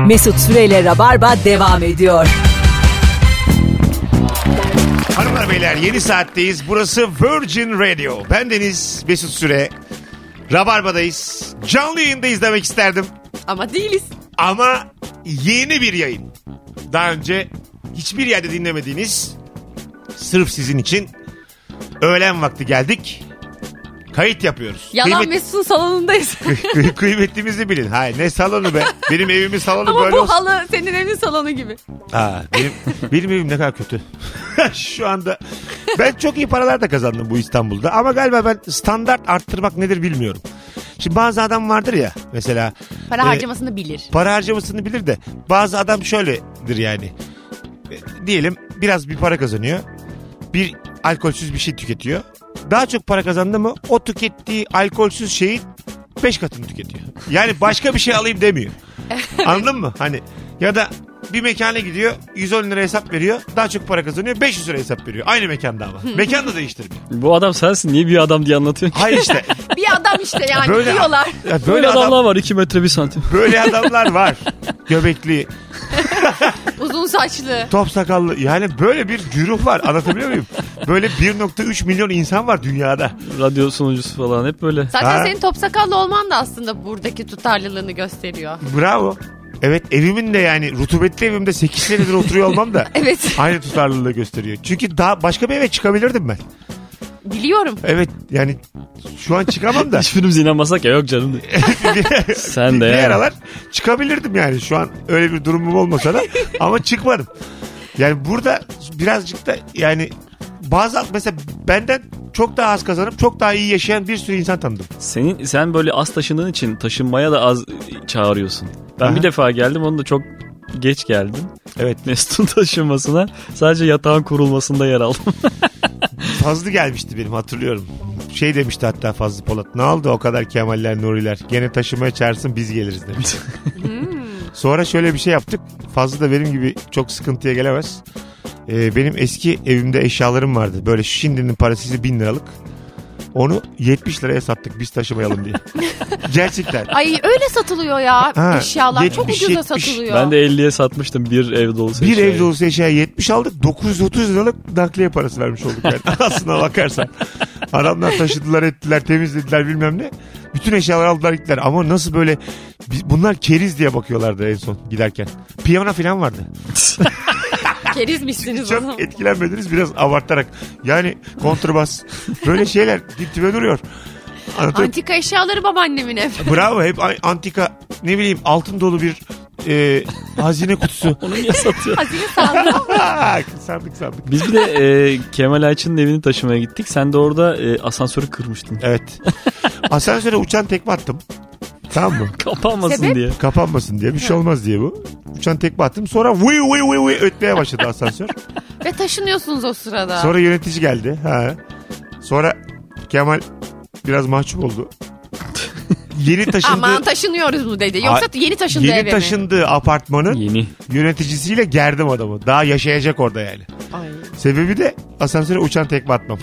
Mesut Süreyle Rabarba devam ediyor. Hanımlar beyler, yeni saatteyiz. Burası Virgin Radio. Bendeniz Mesut Süre. Rabarba'dayız. Canlı yayındayız demek isterdim. Ama değiliz. Ama yeni bir yayın. Daha önce hiçbir yerde dinlemediğiniz, sırf sizin için öğlen vakti geldik. Kayıt yapıyoruz. Yalan Mesut'un salonundayız. Kıymetimizi bilin. Hayır, ne salonu be. Benim evimin salonu ama böyle bu olsun. halı senin evin salonu gibi. Benim evim ne kadar kötü. Şu anda ben çok iyi paralar da kazandım bu İstanbul'da. Ama galiba ben standart arttırmak nedir bilmiyorum. Şimdi bazı adam vardır ya mesela. Para harcamasını bilir. Para harcamasını bilir de bazı adam şöyledir yani. Diyelim biraz bir para kazanıyor. Bir alkolsüz bir şey tüketiyor. Daha çok para kazandı mı o tükettiği alkolsüz şeyin 5 katını tüketiyor. Yani başka bir şey alayım demiyor. Anladın mı? Hani ya da bir mekana gidiyor, 110 lira hesap veriyor, daha çok para kazanıyor, 500 lira hesap veriyor. Aynı mekanda ama. Mekan da değiştirmiyor. Bu adam sensin, niye bir adam diye anlatıyorsun? Hayır işte. Bir adam işte yani böyle, diyorlar. Böyle adamlar var 2 metre 1 santim. Böyle adamlar var. Göbekli. Uzun saçlı. Top sakallı. Yani böyle bir güruh var. Anlatabiliyor muyum? Böyle 1.3 milyon insan var dünyada. Radyo sunucusu falan hep böyle. Zaten senin top sakallı olman da aslında buradaki tutarlılığını gösteriyor. Bravo. Evet, evimin de yani rutubetli evimde 8 senedir oturuyor olmam da evet. Aynı tutarlılığı gösteriyor. Çünkü daha başka bir eve çıkabilirdim ben. Biliyorum. Evet yani şu an çıkamam da. Hiçbirimiz inanmasak ya, yok canım. Sen de bir ya. aralar çıkabilirdim yani, şu an öyle bir durumum olmasa da ama çıkmadım. Yani burada birazcık da yani bazı mesela benden çok daha az kazanıp çok daha iyi yaşayan bir sürü insan tanıdım. Sen böyle az taşındığın için taşınmaya da az çağırıyorsun. Ben bir defa geldim, onu da çok geç geldim. Evet. Mesut'un taşınmasına sadece yatağın kurulmasında yer aldım. Fazlı gelmişti benim, hatırlıyorum. Şey demişti hatta Fazlı Polat. Ne oldu o kadar Kemaller, Nuriler? Gene taşımaya çağırsın, biz geliriz demişti. Sonra şöyle bir şey yaptık. Fazlı da benim gibi çok sıkıntıya gelemez. Benim eski evimde eşyalarım vardı. Böyle şimdinin parasıyla 1000 liralık. Onu 70 liraya sattık biz taşımayalım diye. Gerçekten. Ay öyle satılıyor ya eşyalar. 70, çok ucuza 70. satılıyor. Ben de 50'ye satmıştım bir ev dolusu eşyayı. Bir ev dolusu eşyaya 70 aldık. 930 liralık nakliye parası vermiş olduk yani. Aslına bakarsan. Adamlar taşıdılar, ettiler, temizlediler bilmem ne. Bütün eşyaları aldılar gittiler. Ama nasıl böyle bunlar keriz diye bakıyorlardı en son giderken. Piyano falan vardı. Kerizmişsiniz o zaman. Çok etkilenmediniz biraz abartarak. Yani kontrbas. Böyle şeyler dip dibe duruyor. Antika eşyaları babaannemin ev. Bravo, hep antika, ne bileyim, altın dolu bir hazine kutusu. Onu niye satıyor? Hazine sandım. Sandık. Biz bir de Kemal Ayça'nın evini taşımaya gittik. Sen de orada asansörü kırmıştın. Evet. Asansöre uçan tekme attım. Tamam mı? Kapanmasın Sebep? diye. Kapanmasın diye, bir şey olmaz diye bu. Uçan tekme attım, sonra vıy ötmeye başladı asansör. Ve taşınıyorsunuz o sırada. Sonra yönetici geldi. Sonra Kemal biraz mahcup oldu. Yeni taşındığı... Aman taşınıyoruz mu dedi. Yoksa yeni taşındığı eve mi? Yeni taşındığı apartmanın yöneticisiyle gerdim adamı. Daha yaşayacak orada yani. Ay. Sebebi de asansöre uçan tekme atmam.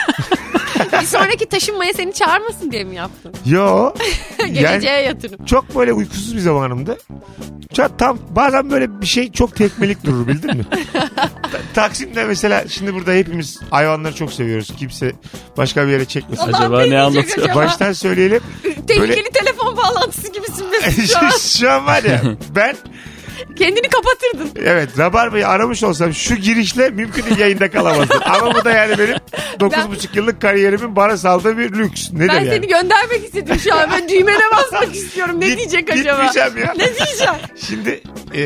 Bir sonraki taşınmaya seni çağırmasın diye mi yaptın? Yo. Geleceğe yatırım. Çok böyle uykusuz bir zamanımda. Tam bazen böyle bir şey çok tekmelik durur, bildin mi? Taksim'de mesela, şimdi burada hepimiz hayvanları çok seviyoruz. Kimse başka bir yere çekmesin. Acaba ne anlatıyor? Baştan söyleyelim. Tehlikeli telefon bağlantısı gibisin Mesut şu an. Şu an var ya, ben kendini kapatırdın. evet, Rabarba'yı aramış olsam şu girişle mümkün değil yayında kalamazdım. Ama bu da yani benim 9,5 yıllık kariyerimin bana sağladığı bir lüks. Nedir ben yani? Seni göndermek istedim şu an. Ben düğmene basmak istiyorum. Ne diyecek acaba? Gitmeyeceğim ya. Ne diyeceğim? Şimdi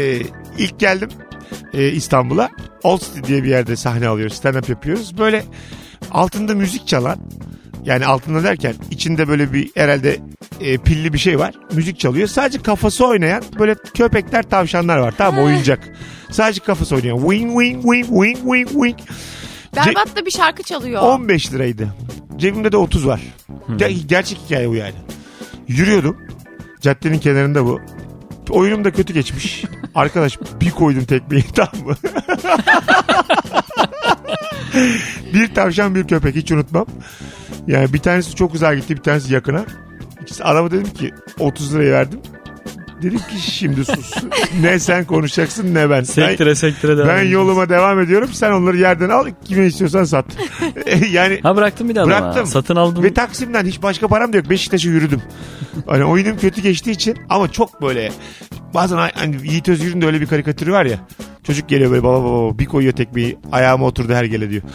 ilk geldim İstanbul'a. Old City diye bir yerde sahne alıyoruz. Stand-up yapıyoruz. Böyle altında müzik çalan, yani altında derken içinde böyle bir herhalde pilli bir şey var. Müzik çalıyor. Sadece kafası oynayan böyle köpekler, tavşanlar var. Tamam, oyuncak. Sadece kafası oynayan. Wing wing wing wing wing wing. Berbat da bir şarkı çalıyor. 15 liraydı. Cebimde de 30 var. Gerçek hikaye bu yani. Yürüyordum. Caddenin kenarında bu. Oyunum da kötü geçmiş. Arkadaş bir koydum tekmeyi, tamam mı? Bir tavşan, bir köpek, hiç unutmam. Yani bir tanesi çok uzağa gitti, bir tanesi yakına. Adama dedim ki 30 lirayı verdim. Dedim ki şimdi sus. Ne sen konuşacaksın ne ben. Sektire devam Ben edeceğiz. yoluma devam ediyorum. Sen onları yerden al. Kime istiyorsan sat. Yani Ha bıraktım bir daha bıraktım. Satın aldım. ve Taksim'den hiç başka param da yok. Beşiktaş'a yürüdüm. Hani oyunum kötü geçtiği için ama çok böyle bazen hani Yiğit Özgür'ün de öyle bir karikatürü var ya. Çocuk geliyor böyle baba bir koyuyor tekmeyi ayağıma oturdu her gele diyor.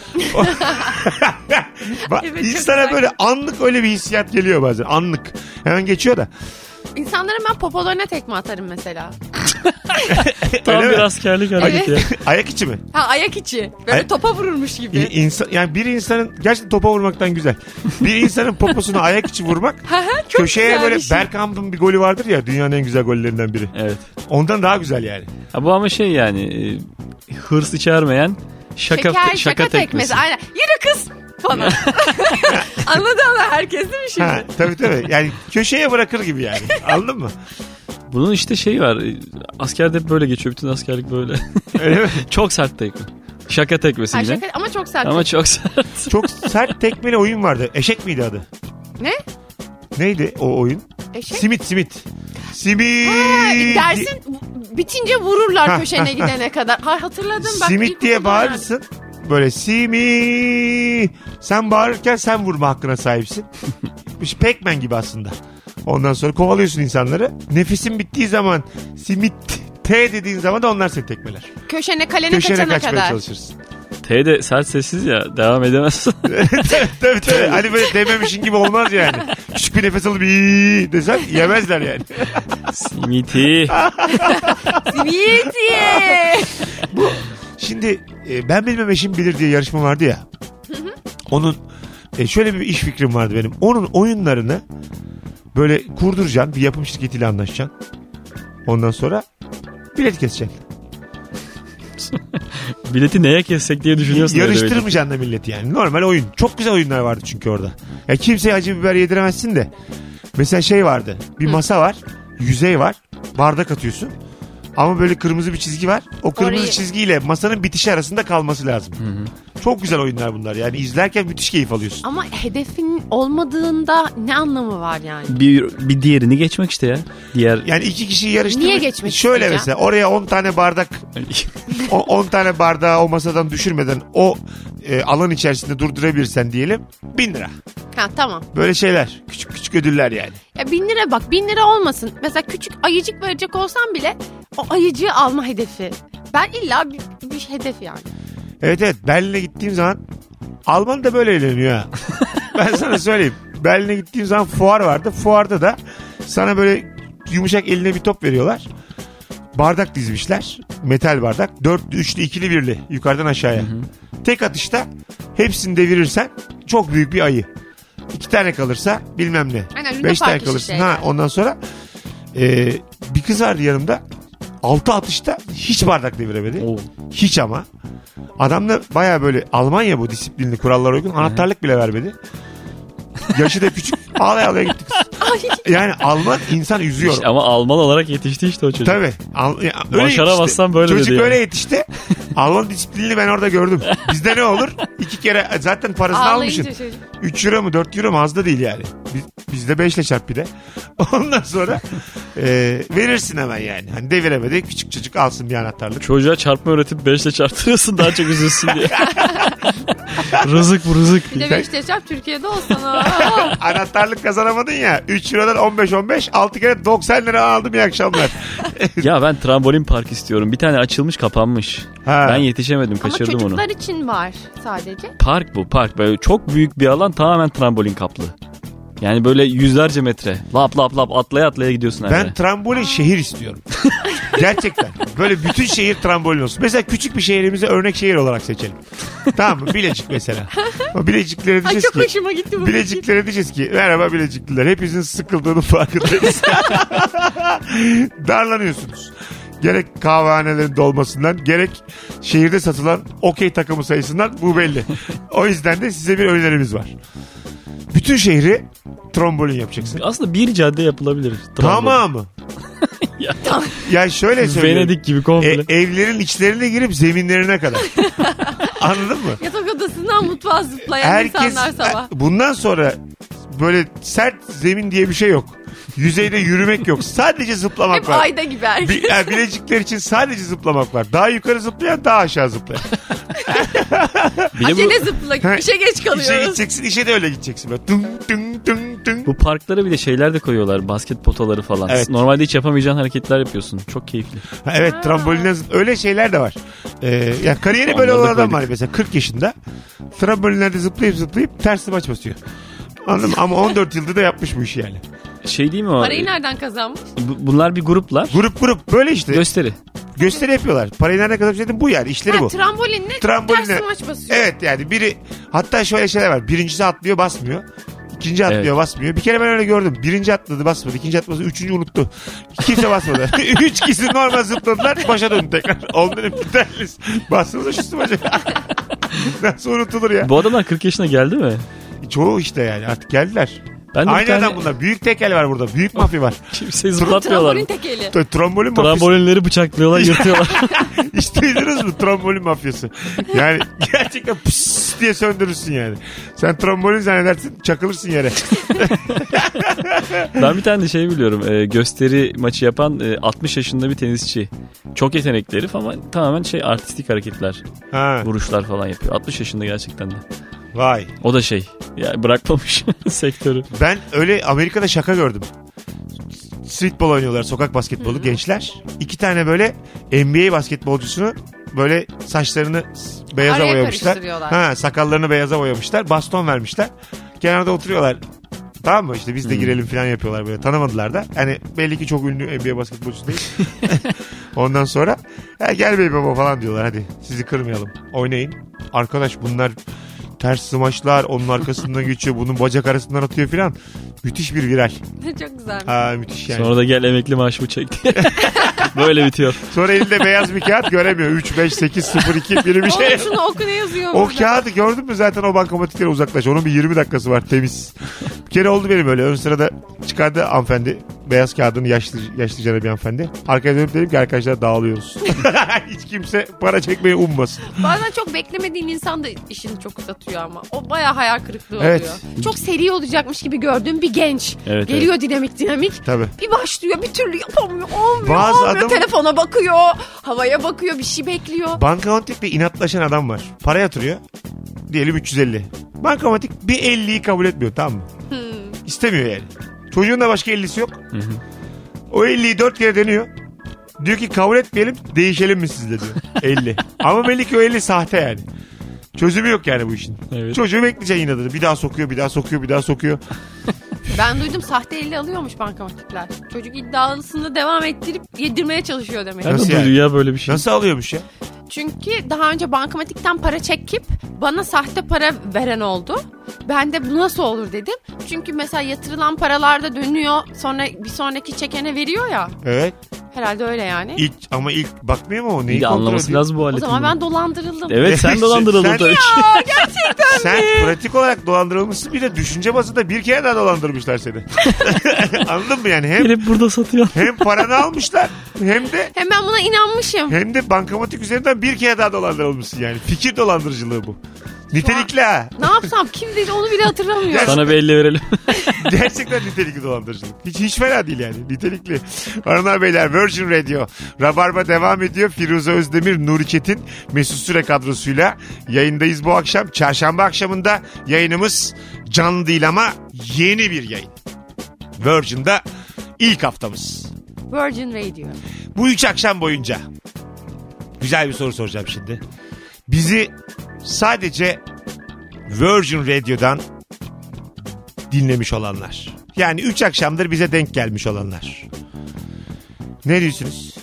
Evet, çok İnsana güzel. böyle anlık öyle bir hissiyat geliyor bazen anlık. Hemen geçiyor da. İnsanların ben popolarına tekme atarım mesela. Tam Öyle bir mi? askerlik hareketi. Evet. Ayak içi mi? Ha, ayak içi. Böyle topa vurulmuş gibi. Yani bir insanın gerçekten topa vurmaktan güzel. Bir insanın poposuna ayak içi vurmak Çok köşeye güzel böyle bir şey. Bergkamp'ın bir golü vardır ya dünyanın en güzel gollerinden biri. Evet. Ondan daha güzel yani. Ha, bu ama şey yani hırs içermeyen şaka tekmesi. Aynen. Yürü kız falan. Anladın mı? Herkes değil mi şimdi? Ha, tabii. Yani köşeye bırakır gibi yani. Anladın mı? Bunun işte şeyi var. Askerde hep böyle geçiyor. Bütün askerlik böyle. Öyle mi? Çok sert tekme. Şaka tekmesi Ha, yine. şaka, ama çok sert. Ama çok sert. Çok sert tekmeli oyun vardı. Eşek miydi adı? Ne? Neydi o oyun? Eşek? Simit. Simit. Ha, dersin bitince vururlar Ha, köşene gidene kadar. Ha, hatırladım. Bak, Simit ilk diye okulda bağırırsın. Böyle simi. Sen bağırırken sen vurma hakkına sahipsin. Pac-Man gibi aslında. Ondan sonra kovalıyorsun insanları. Nefesin bittiği zaman simit T dediğin zaman da onlar seni tekmeler. köşene kalene Köşene kaçana kaçmaya kadar. çalışırsın. T de sert sessiz ya. Devam edemezsin. tabii. Hani böyle dememişin gibi olmaz yani. Küçük bir nefes alıp iyi desen yemezler yani. Simiti. Simiti. Şimdi ben bilmem eşim bilir diye yarışma vardı ya. Onun şöyle bir iş fikrim vardı benim. Onun oyunlarını böyle kurduracaksın. Bir yapım şirketiyle anlaşacaksın. Ondan sonra bilet keseceksin. Bileti neye kessek diye düşünüyorsun. öyle Yarıştırmayacaksın da milleti yani. Normal oyun. Çok güzel oyunlar vardı çünkü orada. Ya kimseye acı biber yediremezsin de. Mesela şey vardı. Bir masa var. Yüzey var. Bardak atıyorsun. Ama böyle kırmızı bir çizgi var. O kırmızı Orayı- çizgiyle masanın bitişi arasında kalması lazım. Çok güzel oyunlar bunlar. Yani izlerken müthiş keyif alıyorsun. Ama hedefin olmadığında ne anlamı var yani? Bir diğerini geçmek işte ya. Diğer Yani iki kişiyi yarıştırmak. Niye geçmek Şöyle isteyeceğim? mesela oraya 10 tane bardak 10 tane bardağı o masadan düşürmeden o alan içerisinde durdurabilirsen diyelim 1000 lira. Ha, tamam. Böyle şeyler. Küçük küçük ödüller yani. Ya 1000 lira bak, 1000 lira olmasın. Mesela küçük ayıcık verecek olsam bile o ayıcığı alma hedefi. Ben illa bir hedef yani. Evet Berlin'e gittiğim zaman Alman da böyle eğleniyor ha. Ben sana söyleyeyim. Berlin'e gittiğim zaman fuar vardı. Fuarda da sana böyle yumuşak eline bir top veriyorlar. Bardak dizmişler. Metal bardak. 4'lü, 3'lü, 2'li, 1'li. Yukarıdan aşağıya. Tek atışta hepsini devirirsen çok büyük bir ayı. 2 tane kalırsa bilmem ne. Aynen, 5 tane farklı kalırsın. şeyler. Ha, ondan sonra bir kız vardı yanımda. 6 atışta hiç bardak deviremedi. Oo. Hiç ama. Adam da baya böyle Almanya bu disiplinli kurallara uygun anahtarlık bile vermedi. Yaşı da küçük. Ağlaya ağlaya gitti kız. Yani Alman insan üzüyor. İşte ama Alman olarak yetişti işte o çocuk. Tabii. Öyle Başaramazsan yetişti. böyle Çocuk dedi öyle yani. yetişti. Alman disiplinini ben orada gördüm. Bizde ne olur? 2 kere zaten parasını almışsın. Ağlayınca çocuk. 3 euro mu 4 euro mu az da değil yani. Bizde 5 ile çarp bir de. Ondan sonra verirsin hemen yani. Hani deviremedi küçük çocuk alsın bir anahtarlık. Çocuğa çarpma öğretip 5'le çarptırıyorsun daha çok üzülsün diye. Rızık bu rızık. Bir de Beşiktaş Türkiye'de olsan ha. Anahtarlık kazanamadın ya. 3 eurodan 15 6 kere 90 lira aldım iyi akşamlar. Ya ben trambolin park istiyorum. Bir tane açılmış kapanmış. Ha. Ben yetişemedim Ama kaçırdım onu. çocuklar için var sadece. Park bu park. Böyle çok büyük bir alan tamamen trambolin kaplı. Yani böyle yüzlerce metre. Lap lap lap atlaya atlaya gidiyorsun her yere. Ben trambolin şehir istiyorum. Gerçekten. Böyle bütün şehir trambolin olsun. Mesela küçük bir şehrimizi örnek şehir olarak seçelim. Tamam mı? Bilecik mesela. O Bileciklere Ay, diyeceğiz çok ki. hoşuma gitti bu. Bileciklere diyeceğiz ki merhaba Bilecikliler. Hepinizin sıkıldığının farkındayız. Darlanıyorsunuz. Gerek kahvehanelerin dolmasından gerek şehirde satılan okey takımı sayısından bu belli. O yüzden de size bir önerimiz var. Bütün şehri trombolin yapacaksın. Aslında bir cadde yapılabilir. Trambolin. Tamamı. Ya. Ya şöyle söyleyeyim. Venedik gibi komple. Evlerin içlerine girip zeminlerine kadar. Anladın mı? Yatak odasından mutfağa zıplayan Herkes insanlar sabah. bundan sonra böyle sert zemin diye bir şey yok. Yüzeyde yürümek yok. Sadece zıplamak Hep var. ayda gibi herkes. Yani Bilecikler için sadece zıplamak var. Daha yukarı zıplayan daha aşağı zıplayan. Bir de Acele zıpla. İşe geç İşe kalıyoruz. gideceksin, işe de öyle gideceksin. Böyle tung tung tung tung. bu parklara bir de şeyler de koyuyorlar. Basket potaları falan. Evet. Normalde hiç yapamayacağın hareketler yapıyorsun. Çok keyifli. Ha, evet, tramboline öyle şeyler de var. Yani kariyeri böyle Onları da olan adam koyduk. var mesela 40 yaşında. Trambolinlerde zıplayıp ters maç basıyor. Anladın mı? Ama 14 yılda da yapmış bu işi yani. Şey değil mi o? Parayı nereden kazanmış? Bunlar bir gruplar. Grup böyle işte. Gösteri. Gösteri yapıyorlar. Parayı nereden kazanmışlar bu yani. İşleri bu. Trambolinle Trambolinle. ters maç basıyor. Evet yani biri hatta şöyle şeyler var. Birincisi atlıyor basmıyor. İkinci atlıyor Evet. basmıyor. Bir kere ben öyle gördüm. Birinci atladı basmadı. İkinci atladı. Üçüncü unuttu. Kimse basmadı. Üç kişi normal zıpladılar. Başa döndü tekrar. Onların bir tanesi. Bastınız da şu sıvacı. Nasıl unutulur ya? Bu adamlar 40 yaşına geldi mi? Çoğu işte yani artık geldiler. Ben de bir Aynı tane- adam bunlar. Büyük tekel var burada. Büyük mafya var. Kimseyi zıplatmıyorlar. Trambolin tekeli. Trombolin mafyası. Trambolinleri bıçaklıyorlar, yırtıyorlar. Hiç duydunuz mu trombolin mafyası? Yani gerçekten pıs diye söndürürsün yani. Sen trombolin zannedersin çakılırsın yere. Ben bir tane de şey biliyorum. Gösteri maçı yapan 60 yaşında bir tenisçi. Çok yetenekli herif ama tamamen artistik hareketler. Ha, Vuruşlar falan yapıyor. 60 yaşında gerçekten de. vay. O da ya bırakmamış sektörü. Ben öyle Amerika'da şaka gördüm. Streetball oynuyorlar, sokak basketbolu gençler. 2 tane böyle NBA basketbolcusunu böyle saçlarını beyaza Araya boyamışlar. karıştırıyorlar. Ha, sakallarını beyaza boyamışlar. Baston vermişler. Kenarda oturuyorlar. Tamam mı? İşte biz de girelim falan yapıyorlar böyle. Tanımadılar da. Yani belli ki çok ünlü NBA basketbolcusu değil. Ondan sonra gel bey baba falan diyorlar. Hadi sizi kırmayalım. Oynayın. Arkadaş bunlar ters smaçlar onun arkasından geçiyor. Bunun bacak arasından atıyor filan. Müthiş bir viral. Çok güzel. Müthiş yani. Sonra da gel emekli maaşımı çekti. Böyle bitiyor. Sonra elinde beyaz bir kağıt göremiyor. 3, 5, 8, 0, 2 biri bir şey. Oğlum şunu oku ne yazıyor O burada? kağıdı gördün mü zaten o bankamatikten uzaklaş. Onun bir 20 dakikası var temiz. Bir kere oldu benim öyle. Ön sırada çıkardı hanımefendi. Beyaz kağıdını yaşlıcana bir hanımefendi. Arkaya dönüp dedim ki arkadaşlar dağılıyoruz. Hiç kimse para çekmeyi ummasın. Bazen çok beklemediğin insan da işini çok uzatıyor ama. O bayağı hayal kırıklığı Evet. oluyor. Çok seri olacakmış gibi gördüğüm bir genç. Evet, Geliyor dinamik. Tabii. Bir başlıyor bir türlü yapamıyor. Olmuyor. Bazı adam- Telefona bakıyor. Havaya bakıyor. Bir şey bekliyor. Bankamatikte inatlaşan adam var. Para yatırıyor. Diyelim 350. Bankamatik bir 50'yi kabul etmiyor, tamam mı? İstemiyor yani. Çocuğun da başka 50'si yok. O 50'yi 4 kere deniyor. Diyor ki kabul etmeyelim, değişelim mi sizle diyor. 50. Ama belli ki o 50 sahte yani. Çözümü yok yani bu işin. Evet. Çocuğu bekleyeceksin yine de. Bir daha sokuyor. Ben duydum sahte 50 alıyormuş bankamatikler. Çocuk iddialısını devam ettirip yedirmeye çalışıyor demek. Ben Nasıl de yani? duydum ya böyle bir şey. Nasıl alıyormuş ya? Çünkü daha önce bankamatikten para çekip bana sahte para veren oldu. Ben de bu nasıl olur dedim. Çünkü mesela yatırılan paralar da dönüyor. Sonra bir sonraki çekene veriyor ya. Evet. Herhalde öyle yani. İlk bakmıyor mu o? Neyi Bir de kontrol anlaması ediyor? lazım bu O aletin. zaman ben dolandırıldım. Evet sen dolandırıldın Sen- tabii ki. Sen pratik olarak dolandırılmışsın, bir de düşünce bazında bir kere daha dolandırmışlar seni. Anladın mı yani? Gelip burada satıyor. Hem paranı almışlar Hem ben buna inanmışım. hem de bankamatik üzerinden bir kere daha dolandırılmışsın yani. Fikir dolandırıcılığı bu. Nitelikli ha. Ne yapsam kim dedi onu bile hatırlamıyorum. Sana bir 50 verelim. Gerçekten nitelikli dolandırıcılık. Hiç fena değil yani. Nitelikli. Hanımlar beyler, Virgin Radio. Rabarba devam ediyor. Firuze Özdemir, Nuri Çetin, Mesut Süre kadrosuyla yayındayız bu akşam. Çarşamba akşamında yayınımız canlı değil ama yeni bir yayın. Virgin'da ilk haftamız. Virgin Radio. Bu 3 akşam boyunca güzel bir soru soracağım şimdi. Bizi sadece Virgin Radio'dan dinlemiş olanlar. Yani 3 akşamdır bize denk gelmiş olanlar. Ne diyorsunuz?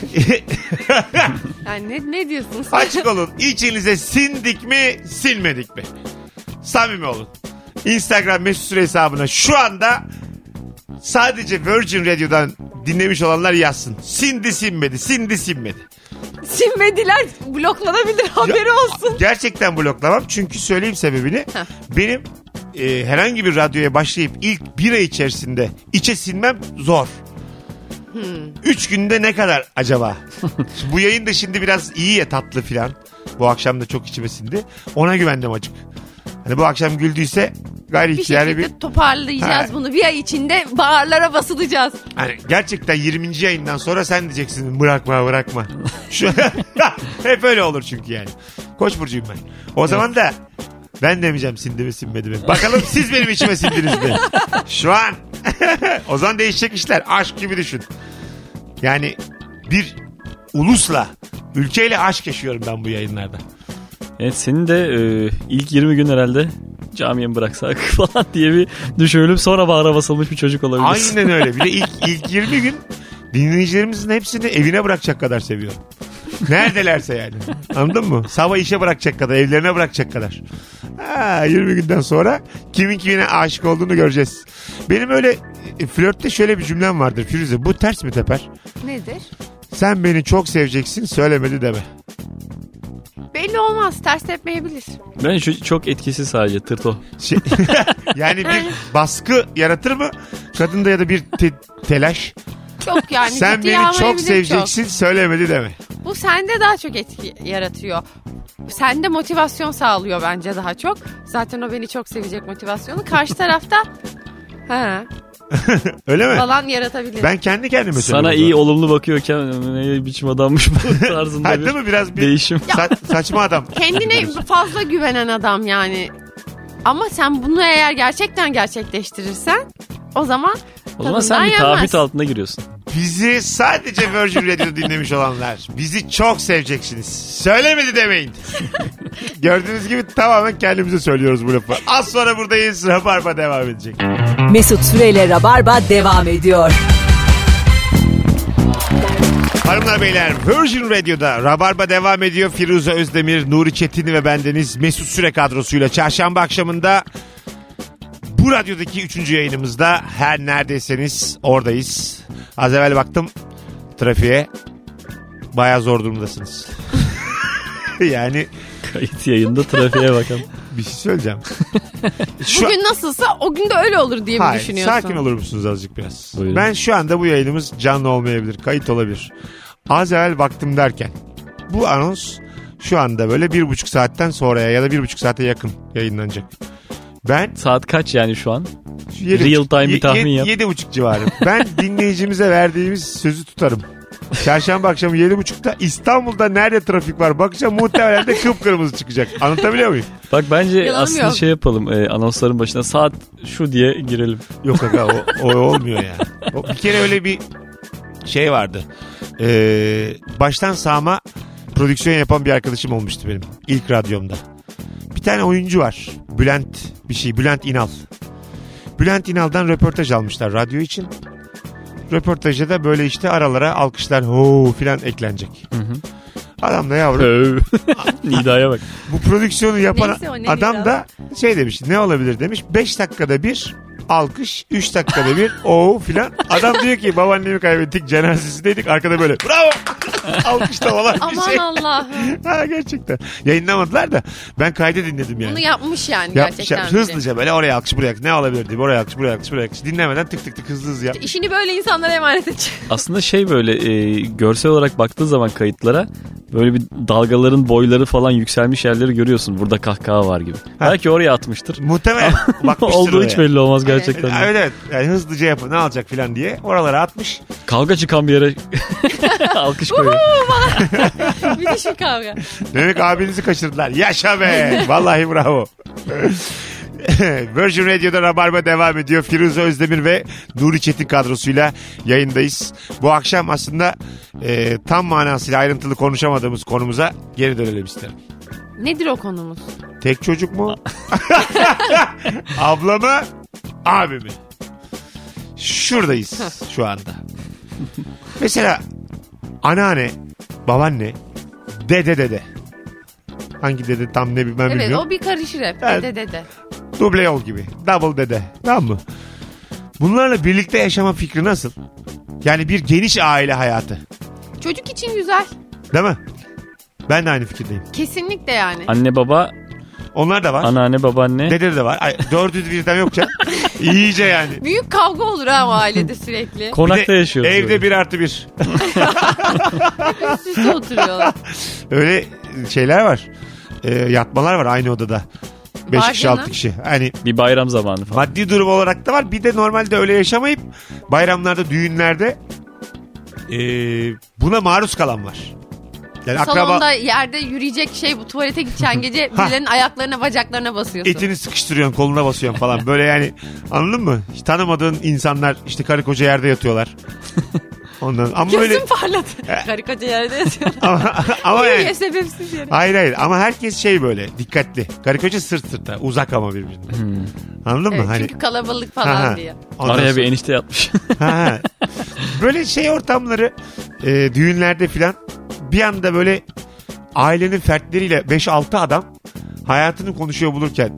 Yani ne diyorsun sen? Açık olun. İçinize sindik mi, sinmedik mi? Samimi olun. Instagram Mesut Süre hesabına şu anda sadece Virgin Radio'dan dinlemiş olanlar yazsın. Sindi sinmedi, sindi sinmedi. Sinmediler bloklanabilir haberi olsun. Gerçekten bloklamam çünkü söyleyeyim sebebini. Benim herhangi bir radyoya başlayıp ilk bir ay içerisinde içe sinmem zor. 3 günde ne kadar acaba? Bu yayın da şimdi biraz iyi ya, tatlı filan. Bu akşam da çok içime sindi. Ona güvendim acık. Hani bu akşam güldüyse gayri Bir ihtiyari şekilde toparlayacağız bunu. Bir ay içinde bağırlara basılacağız. Hani gerçekten 20. yayından sonra sen diyeceksin bırakma. Şu hep öyle olur çünkü yani. Koç burcuyum ben. O zaman da ben demeyeceğim sindi mi sinmedi mi. Bakalım siz benim içime sindiniz mi? Şu an. O zaman değişecek işler. Aşk gibi düşün. Yani bir ulusla, ülkeyle aşk yaşıyorum ben bu yayınlarda. Evet, senin de ilk 20 gün herhalde camiye mi bıraksak falan diye bir düşünülüp sonra bağıra basılmış bir çocuk olabilirsin. Aynen öyle. Bir de ilk 20 gün dinleyicilerimizin hepsini evine bırakacak kadar seviyorum. Neredelerse yani. Anladın mı? Sabah işe bırakacak kadar, evlerine bırakacak kadar. 20 günden sonra kimin kimine aşık olduğunu göreceğiz. Benim öyle flörtte şöyle bir cümlem vardır Firuze. Bu ters mi teper? Nedir? Sen beni çok seveceksin, söylemedi deme. Belli olmaz. Ters tepmeyebilir. Ben şu çok etkisiz sadece tırto. Yani bir baskı yaratır mı? Kadında ya da bir telaş. Çok yani. Sen beni çok seveceksin, söylemedi deme. Bu sende daha çok etki yaratıyor. Sende motivasyon sağlıyor bence daha çok. Zaten o beni çok sevecek motivasyonu. Karşı tarafta öyle mi? falan yaratabilir. Ben kendi kendime söylüyorum. Sana iyi olumlu bakıyorken ne biçim adammış bu tarzında Değil mi? Biraz bir değişim. Saçma adam. Kendine fazla güvenen adam yani. Ama sen bunu eğer gerçekten gerçekleştirirsen o zaman sen bir taahhüt altına giriyorsun. Bizi sadece Virgin Radio'da dinlemiş olanlar, bizi çok seveceksiniz. Söylemedi demeyin. Gördüğünüz gibi tamamen kendimize söylüyoruz bu lafı. Az sonra buradayız. Rabarba devam edecek. Mesut Süreyle Rabarba devam ediyor. Hanımlar beyler, Virgin Radio'da Rabarba devam ediyor. Firuze Özdemir, Nuri Çetin ve bendeniz Mesut Süre kadrosuyla çarşamba akşamında bu radyodaki 3. yayınımızda her neredeyseniz oradayız. Az evvel baktım trafiğe, bayağı zor durumdasınız. Yani kayıt yayında trafiğe bakalım. bir şey söyleyeceğim. Bugün nasılsa o gün de öyle olur diye mi düşünüyorsun? Sakin olur musunuz azıcık biraz? Buyurun. Ben şu anda bu yayınımız canlı olmayabilir, kayıt olabilir. Az evvel baktım derken bu anons şu anda böyle 1,5 saatten sonraya ya da 1,5 saate yakın yayınlanacak. Ben saat kaç yani şu an? Real time bir tahmin yap. 7,5 civarı. Ben dinleyicimize verdiğimiz sözü tutarım. Çarşamba akşamı 7.30'da İstanbul'da nerede trafik var bakacağım, muhtemelen de kıpkırmızı çıkacak. Anlatabiliyor muyum? Bak bence Yalanım aslında yok. şey yapalım, anonsların başına saat şu diye girelim. Yok aga, o olmuyor ya. Bir kere öyle bir şey vardı. Baştan sağma prodüksiyon yapan bir arkadaşım olmuştu benim ilk radyomda. Bir tane oyuncu var. Bülent İnal. Bülent İnal'dan röportaj almışlar radyo için. Röportajda da böyle işte aralara alkışlar filan eklenecek. Hı. Adam da yavrum. Nida'ya bak. Bu prodüksiyonu yapan Neyse o, ne adam Nida? da şey demiş, ne olabilir demiş. 5 dakikada bir alkış, 3 dakikada bir filan. Adam diyor ki babaannemi kaybettik, cenazesindeydik, arkada böyle bravo alkışta olan bir Aman şey. Allah'ım. Ha, gerçekten. Yayınlamadılar da ben kayda dinledim yani. Bunu yapmış yani Yapmış, gerçekten. hızlıca böyle oraya alkış, buraya alkış, ne olabilir diye, oraya alkış, buraya alkış, buraya alkış. Dinlemeden tık tık tık hızlı yap. İşini böyle insanlara emanet edecek. Aslında şey böyle görsel olarak baktığı zaman kayıtlara böyle bir dalgaların boyları falan yükselmiş yerleri görüyorsun. Burada kahkaha var gibi. Belki oraya atmıştır. Muhtemelen bakmıştır Olduğu oraya. hiç belli olmaz gerçekten. Evet. Yani hızlıca yapın, ne alacak filan diye oralara atmış. Kavga çıkan bir yere alkış koyuyor. Bir de şu kavga. Demek abinizi kaçırdılar. Yaşa be. Vallahi bravo. Virgin Radio'da Rabarba devam ediyor. Firuze Özdemir ve Nuri Çetin kadrosuyla yayındayız. Bu akşam aslında tam manasıyla ayrıntılı konuşamadığımız konumuza geri dönelim isterim. Nedir o konumuz? Tek çocuk mu? Abla mı? Abi mi? Şuradayız şu anda. Mesela anneanne, babaanne, dede. Hangi dede tam ne bilmem Evet, bilmiyorum. o bir karışır hep. Evet. Dede. Duble yol gibi. Double dede. Tamam mı? Bunlarla birlikte yaşama fikri nasıl? Yani bir geniş aile hayatı. Çocuk için güzel. Değil mi? Ben de aynı fikirdeyim. Kesinlikle yani. Anne baba, Onlar da var. anneanne, babaanne. Dede de var. Ay, 400 birden yok canım. İyice yani. Büyük kavga olur ha o ailede sürekli. Konakta yaşıyoruz. Evde böyle. 1+1. Üst üste oturuyorlar. Öyle şeyler var. Yatmalar var aynı odada. 5 Var kişi canım. 6 kişi. Hani Bir bayram zamanı falan. maddi durum olarak da var. Bir de normalde öyle yaşamayıp bayramlarda, düğünlerde buna maruz kalan var. Yani Salonda yerde yürüyecek bu tuvalete gideceğin gece birilerinin ayaklarına bacaklarına basıyorsun. etini sıkıştırıyorsun, koluna basıyorsun falan. Böyle yani, anladın mı? Hiç tanımadığın insanlar işte karı koca yerde yatıyorlar. Ondan ama Gözüm böyle parladı. Karı koca yerde yatıyor. ama yani, Niye sebepsiz yere? hayır ama herkes böyle dikkatli. Karı koca sırt sırta, uzak ama birbirinden. Anladın mı? Evet, Hani çünkü kalabalık Ha, falan diye. ondan Araya bir sonra- enişte yatmış. Ha. Böyle ortamları düğünlerde filan bir anda böyle ailenin fertleriyle 5-6 adam hayatını konuşuyor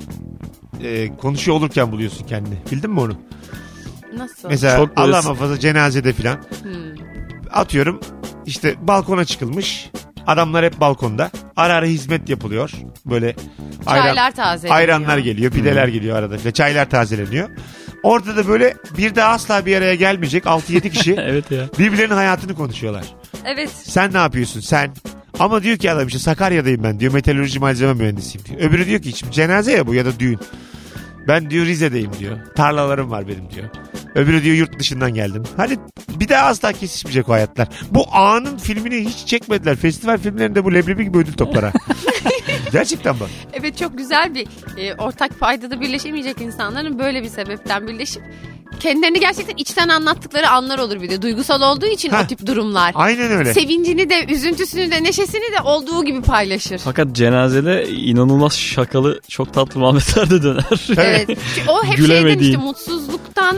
olurken buluyorsun kendini. Bildin mi onu? Nasıl? Mesela Çok böyle- Allah muhafaza cenazede filan atıyorum işte balkona çıkılmış. Adamlar hep balkonda. Ara ara hizmet yapılıyor. Böyle Çaylar tazeleniyor. ayranlar geliyor, pideler geliyor arada filan. Çaylar tazeleniyor. Orada da böyle bir daha asla bir araya gelmeyecek 6-7 kişi Evet ya. birbirlerinin hayatını konuşuyorlar. Evet. Sen ne yapıyorsun sen? Ama diyor ki adam işte Sakarya'dayım ben diyor. Metalurji malzeme mühendisiyim diyor. Öbürü diyor ki şimdi cenaze ya bu ya da düğün. Ben diyor Rize'deyim diyor. Tarlalarım var benim diyor. Öbürü diyor yurt dışından geldim. Hani bir daha asla kesişmeyecek o hayatlar. Bu anın filmini hiç çekmediler. Festival filmlerinde bu leblebi gibi ödül toplar ha. Gerçekten bak. Evet, çok güzel bir ortak paydada birleşemeyecek insanların böyle bir sebepten birleşip kendilerini gerçekten içten anlattıkları anlar olur bir de. Duygusal olduğu için Heh. o tip durumlar. Aynen öyle. Sevincini de, üzüntüsünü de, neşesini de olduğu gibi paylaşır. Fakat cenazede inanılmaz şakalı, çok tatlı muhabbetler de döner. Evet. Çünkü o hep Gülemediğin. mutsuzluktan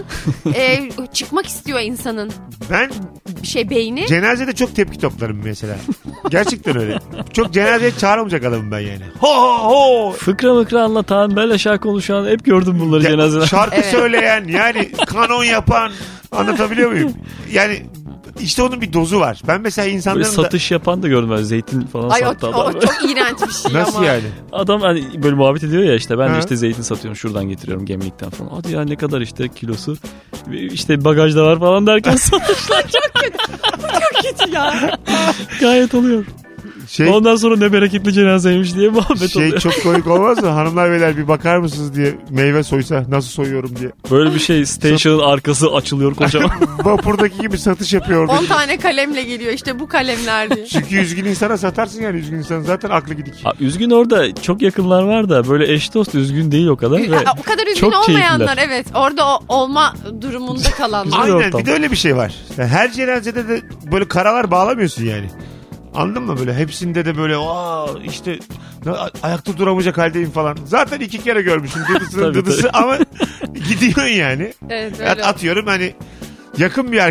çıkmak istiyor insanın Ben beyni. cenazede çok tepki toplarım mesela. Gerçekten öyle. Çok cenazeye çağrılmayacak adamım ben yani. Ho ho ho. Fıkra mıkra anlatan, böyle aşağı konuşan hep gördüm bunları cenazede. Şarkı Evet. söyleyen yani kanon yapan, anlatabiliyor muyum? Yani işte onun bir dozu var. Ben mesela Böyle insanların da... satış yapan da gördüm ben. Zeytin falan Ay sattı o adam. çok iğrenç bir şey Nasıl ama. yani? Adam hani böyle muhabbet ediyor ya, işte ben Ha. de işte zeytin satıyorum, şuradan getiriyorum Gemlik'ten falan. Hadi ya ne kadar işte kilosu, işte bagajda var falan derken sonuçlar Çok kötü ya. gayet oluyor. Ondan sonra ne bereketli cenazeymiş diye muhabbet oluyor. Çok komik olmaz mı? Hanımlar beyler bir bakar mısınız diye meyve soysa nasıl soyuyorum diye. Böyle bir şey, station'ın arkası açılıyor kocaman. Vapurdaki gibi satış yapıyor orada. 10 tane kalemle geliyor işte bu kalemler diye. Çünkü üzgün insana satarsın yani, üzgün insanın zaten aklı gidik. Ha, üzgün orada çok yakınlar var da böyle eş dost üzgün değil o kadar. Ve O kadar üzgün çok olmayanlar, keyifliler. evet. Orada olma durumunda kalanlar. Güzel Aynen, ortam. bir de öyle bir şey var. Yani her cenazede de böyle karalar bağlamıyorsun yani. Anladın mı böyle? Hepsinde de böyle işte ayakta duramayacak haldeyim falan. Zaten 2 kere görmüşüm dıdısının Tabii, dıdısı ama gidiyorsun yani. Evet, öyle. Atıyorum hani yakın bir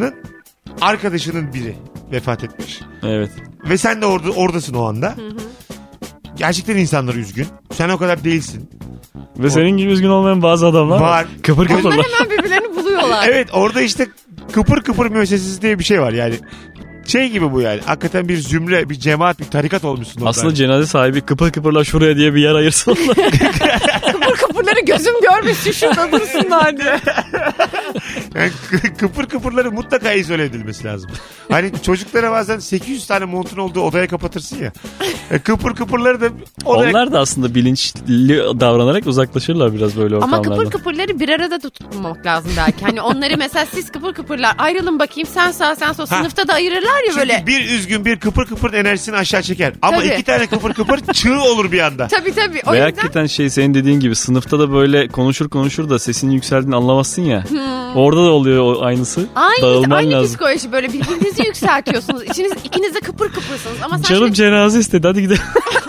arkadaşının biri vefat etmiş. Evet. Ve sen de oradasın o anda. Gerçekten insanlar üzgün. Sen o kadar değilsin. Ve senin gibi üzgün olmayan bazı adamlar Var. Kıpır Onlar kıpırlar. hemen birbirlerini buluyorlar. Evet, orada işte kıpır kıpır müessesesi diye bir şey var yani. Şey gibi bu yani. Hakikaten bir zümre, bir cemaat, bir tarikat olmuşsun orada. Aslında cenaze sahibi kıpır kıpırlar şuraya diye bir yer ayırsın onlar. Kıpır kıpırları gözüm görmesin şurada dursunlar diye. Yani kıpır kıpırları mutlaka izole edilmesi lazım. Hani çocuklara bazen 800 tane montun olduğu odaya kapatırsın ya. Kıpır kıpırları da odaya... Onlar da aslında bilinçli davranarak uzaklaşırlar biraz böyle Ama ortamlardan. kıpır kıpırları bir arada da tutmamak lazım belki. Hani onları mesela siz kıpır kıpırlar ayrılın bakayım, sen sağ sen sol. Sınıfta da ayırırlar ya Çünkü böyle. bir üzgün bir kıpır kıpır enerjisini aşağı çeker. Ama Tabii. 2 tane kıpır kıpır çığ olur bir anda. Tabii. O Ve yüzden hakikaten senin dediğin gibi sınıfta da böyle konuşur da sesinin yükseldiğini anlamazsın ya. Orada da oluyor o aynısı. Dağılman aynı lazım. psikoloji, böyle birbirinizi yükseltiyorsunuz. İkiniz de kıpır kıpırsınız. Ama sen Canım cenaze istedi, hadi gidelim.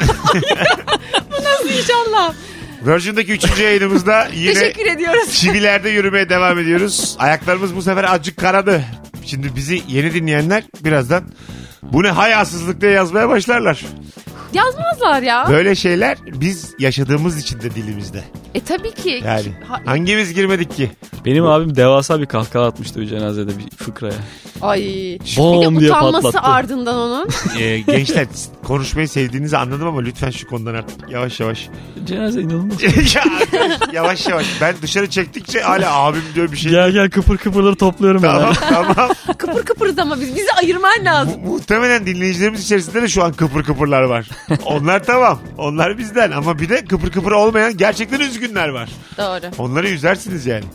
inşallah. Virgin'daki 3. yayınımızda yine Teşekkür ediyoruz. çivilerde yürümeye devam ediyoruz. Ayaklarımız bu sefer azıcık karadı. Şimdi bizi yeni dinleyenler birazdan bu ne hayasızlık diye yazmaya başlarlar. Yazmazlar ya. Böyle şeyler biz yaşadığımız için de dilimizde. Tabii ki. Yani hangimiz girmedik ki? Benim abim devasa bir kahkaha atmıştı bir cenazede bir fıkraya. Ay. Bom Bir de diye utanması patlattı. ardından onun. Gençler konuşmayı sevdiğinizi anladım ama lütfen şu konudan artık yavaş yavaş. Cenaze inanılmaz. Ya arkadaş, yavaş yavaş. Ben dışarı çektikçe hala abim diyor bir şey. Gel kıpır kıpırları topluyorum ben. Tamam. Kıpır kıpırız ama bizi ayırman lazım. Muhtemelen dinleyicilerimiz içerisinde de şu an kıpır kıpırlar var. Onlar tamam. Onlar bizden ama bir de kıpır kıpır olmayan gerçekten üzgünler var. Doğru. Onları üzersiniz yani.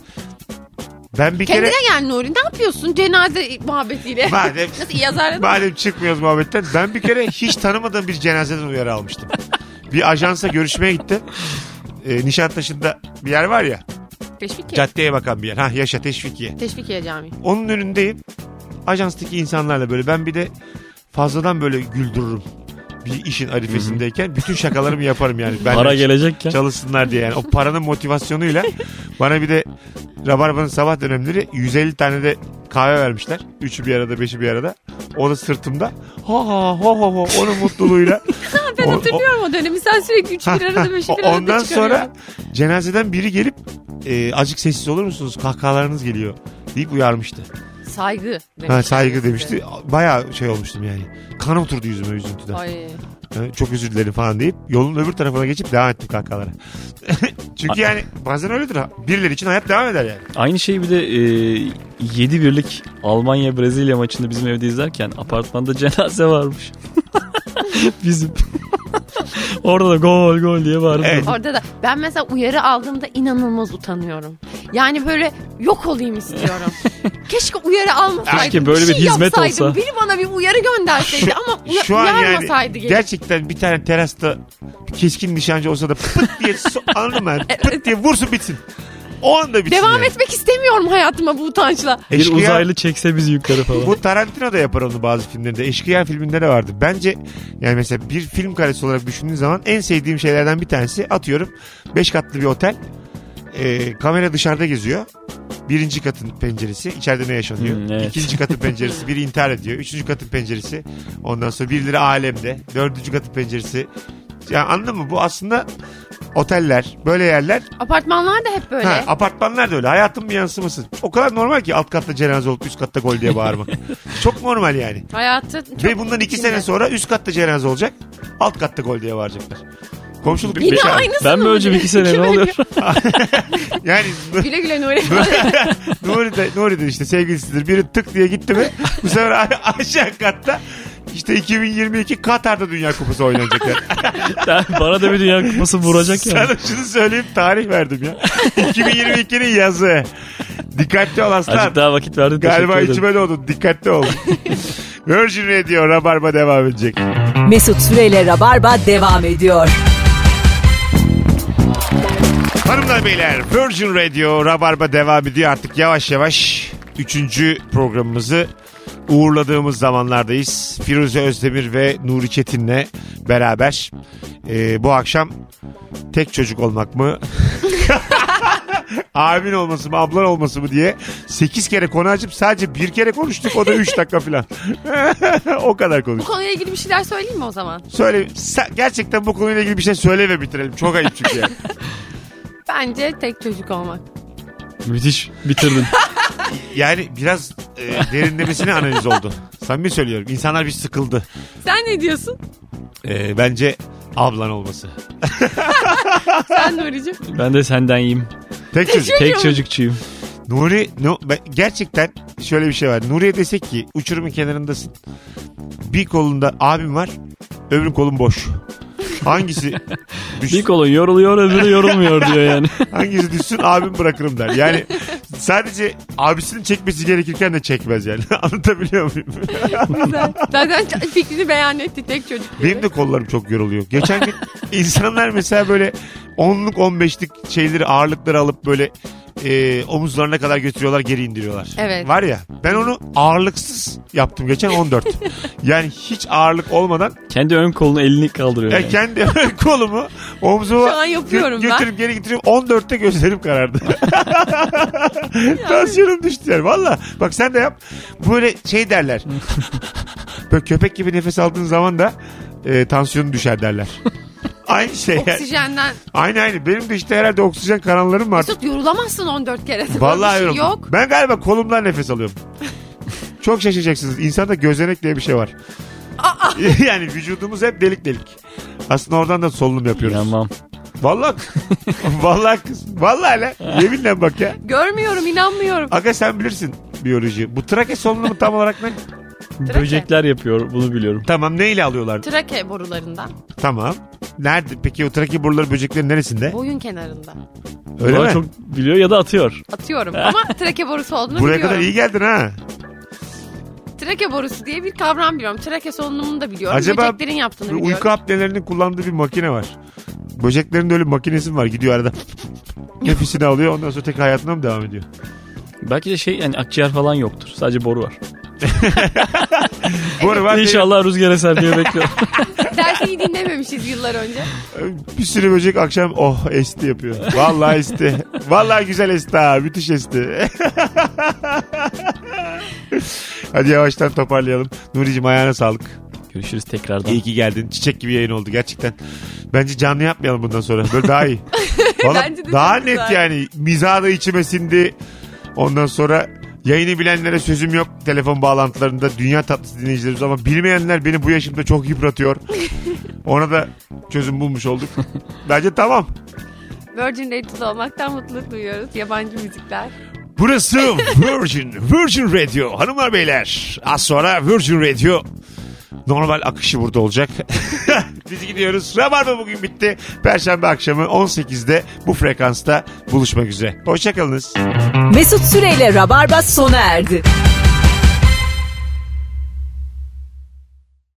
Ben bir Kendine kere... gel Nuri, ne yapıyorsun cenaze muhabbetiyle? Madem, Nasıl yazarladın? madem çıkmıyoruz muhabbetten. Ben bir kere hiç tanımadığım bir cenazeden uyarı almıştım. Bir ajansa görüşmeye gittim. Nişantaşı'nda bir yer var ya. Teşvikiye. Caddeye bakan bir yer. Yaşa Teşvikiye. Teşvikiye Camii. Onun önündeyim. Ajanstaki insanlarla böyle. Ben bir de fazladan böyle güldürürüm. Bir işin arifesindeyken bütün şakalarımı yaparım yani. Para gelecekken. Çalışsınlar diye yani. O paranın motivasyonuyla bana bir de Rabarba'nın sabah dönemleri 150 tane de kahve vermişler. 3'ü bir arada, 5'i bir arada. O da sırtımda. Ha onun mutluluğuyla. Ben hatırlıyorum o dönemi. Sen sürekli 3 bir arada 5 bir arada Ondan sonra cenazeden biri gelip azıcık sessiz olur musunuz? Kahkahalarınız geliyor deyip uyarmıştı. Saygı Ha, saygı demişti. Bayağı şey olmuştum yani. Kan oturdu yüzüme üzüntüden. Ay. Çok özür dilerim falan deyip yolun öbür tarafına geçip devam ettim kahkahalara. Çünkü yani bazen öyledir. Birileri için hayat devam eder yani. Aynı şeyi bir de 7-1'lik Almanya-Brezilya maçını bizim evde izlerken apartmanda cenaze varmış. Bizim. Orada da gol diye bağırdı. Evet. Orada da ben mesela uyarı aldığımda inanılmaz utanıyorum. Yani böyle yok olayım istiyorum. Keşke uyarı almasaydım. Keşke böyle bir şey hizmet yapsaydım. olsa. Biri bana bir uyarı gönderseydi ama Şu an uyarmasaydı. yani gerçekten bir tane terasta keskin nişancı olsa da pıt diye anladın mı? Pıt diye vursun bitsin. O anda bitsin. Devam yani. etmek istemiyorum hayatıma bu utançla. Bir uzaylı çekse bizi yukarı falan. Bu Tarantino da yapar onu bazı filmlerinde. Eşkıya filminde de vardı. Bence yani mesela bir film karesi olarak düşündüğün zaman en sevdiğim şeylerden bir tanesi atıyorum 5 katlı bir otel. Kamera dışarıda geziyor. 1. katın penceresi. İçeride ne yaşanıyor? Evet. 2. katın penceresi. Biri intihar ediyor. 3. katın penceresi. Ondan sonra birileri alemde. 4. katın penceresi. Yani anladın mı? Bu aslında oteller, böyle yerler. Apartmanlar da hep böyle. Apartmanlar da öyle. Hayatın bir yansıması. O kadar normal ki alt katta cenaze olup üst katta gol diye bağırmak. Çok normal yani. Hayatı çok Ve bundan 2 sene sonra üst katta cenaze olacak. Alt katta gol diye bağıracaklar. Komşuluk Yine bir şey. aynısı Ben mi öleceğim 2 sene ne oluyor? Yani Güle güle Nuri. Nuri de işte sevgilisidir. Biri tık diye gitti mi bu sefer aşağı katta işte 2022 Katar'da Dünya Kupası oynanacak. Yani. Bana da bir Dünya Kupası vuracak yani. Sana şunu söyleyeyim, tarih verdim ya. 2022'nin yazı. Dikkatli ol aslan. Azıcık daha vakit verdin. Galiba teşekkür ederim. içime doğdu. Dikkatli ol. Virgin Radio Rabarba devam edecek. Mesut Süreyle Rabarba devam ediyor. Hanımlar beyler, Virgin Radio Rabarba devam ediyor. Artık yavaş yavaş 3. programımızı uğurladığımız zamanlardayız. Firuze Özdemir ve Nuri Çetin'le beraber bu akşam tek çocuk olmak mı? Abin olması mı, ablan olması mı diye 8 kere konu açıp sadece bir kere konuştuk. O da 3 dakika falan. O kadar Bu konuştuk. konuyla ilgili bir şeyler söyleyeyim mi o zaman? Söyle, gerçekten bu konuyla ilgili bir şey söyle ve bitirelim. Çok ayıp çünkü yani. Bence tek çocuk olmak. Müthiş bitirdin. Yani biraz derinlemesine analiz oldu. Samimi söylüyorum. İnsanlar bir sıkıldı. Sen ne diyorsun? Bence ablan olması. Sen Nuri'cim. Ben de senden yiyeyim. Tek çocuk. Tek çocukçuyum. Nuri gerçekten şöyle bir şey var. Nuri'ye desek ki uçurumun kenarındasın. Bir kolunda abim var. Öbür kolun boş. Hangisi düşsün? Bir kolun yoruluyor öbürü yorulmuyor diyor yani. Hangisi düşsün abim bırakırım der. Yani sadece abisinin çekmesi gerekirken de çekmez yani. Anlatabiliyor muyum? Güzel. Zaten fikrini beyan etti tek çocuk diye. Benim de kollarım çok yoruluyor. Geçen gün insanlar mesela böyle 10'luk 15'lik şeyleri ağırlıkları alıp böyle omuzlarına kadar götürüyorlar, geri indiriyorlar. Evet. Var ya, ben onu ağırlıksız yaptım geçen 14. Yani hiç ağırlık olmadan Kendi ön kolunu elini kaldırıyor. Yani. kendi kolumu omzuma Şu an yapıyorum ben. götürüp geri getiriyorum. 14'te gözlerim karardı. Tansiyonum düştü yani. Valla bak sen de yap. Böyle şey derler. Böyle köpek gibi nefes aldığın zaman da tansiyonun düşer derler. Aynı şey. Yani. Oksijenden. Aynı. Benim de işte herhalde oksijen kanallarım var. Mesut yorulamazsın 14 kere. Vallahi Böyle bir şey yok. Ben galiba kolumdan nefes alıyorum. Çok şaşıracaksınız. İnsanda gözenek diye bir şey var. Yani vücudumuz hep delik delik. Aslında oradan da solunum yapıyoruz. Tamam. Vallahi vallahi kız. Vallahi la. Yeminle bak ya. Görmüyorum, inanmıyorum. Aga sen bilirsin biyoloji. Bu trake solunumu tam olarak ne? Trake. Böcekler yapıyor, bunu biliyorum. Tamam, neyle alıyorlar? Trake borularından. Tamam. Nerede? Peki o trake boruları böceklerin neresinde? Boyun kenarında. Öyle Bunlar mi? çok biliyor ya da atıyor. Atıyorum ama trake borusu olduğunu Buraya biliyorum. kadar iyi geldin ha. Trake borusu diye bir kavram biliyorum. Trake solunumunu da biliyorum. Acaba Böceklerin yaptığını biliyorum. uyku apnelerinin kullandığı bir makine var. Böceklerin de öyle bir makinesi mi var? Gidiyor arada nefesini alıyor, ondan sonra tek hayatına mı devam ediyor? Belki de yani akciğer falan yoktur. Sadece boru var. Boru var. İnşallah rüzgar eser diye bekliyorum. Dersi iyi dinlememişiz yıllar önce. Bir sürü böcek akşam esti yapıyor. Vallahi esti. Vallahi güzel esti ha. Müthiş esti. Hadi yavaştan toparlayalım. Nuri'cim ayağına sağlık. Görüşürüz tekrardan. İyi ki geldin. Çiçek gibi yayın oldu gerçekten. Bence canlı yapmayalım bundan sonra. Böyle daha iyi. Vallahi Bence de daha çok net güzel. yani. Mizahı da içime sindi. Ondan sonra yayını bilenlere sözüm yok. Telefon bağlantılarında dünya tatlısı dinleyicilerimiz, ama bilmeyenler beni bu yaşımda çok yıpratıyor. Ona da çözüm bulmuş olduk. Bence tamam. Virgin Radio'da olmaktan mutluluk duyuyoruz. Yabancı müzikler. Burası Virgin Radio. Hanımlar beyler, az sonra Virgin Radio normal akışı burada olacak. Biz gidiyoruz. Rabarba bugün bitti. Perşembe akşamı 18'de bu frekansta buluşmak üzere. Hoşçakalınız. Mesut Süreyle Rabarba sona erdi.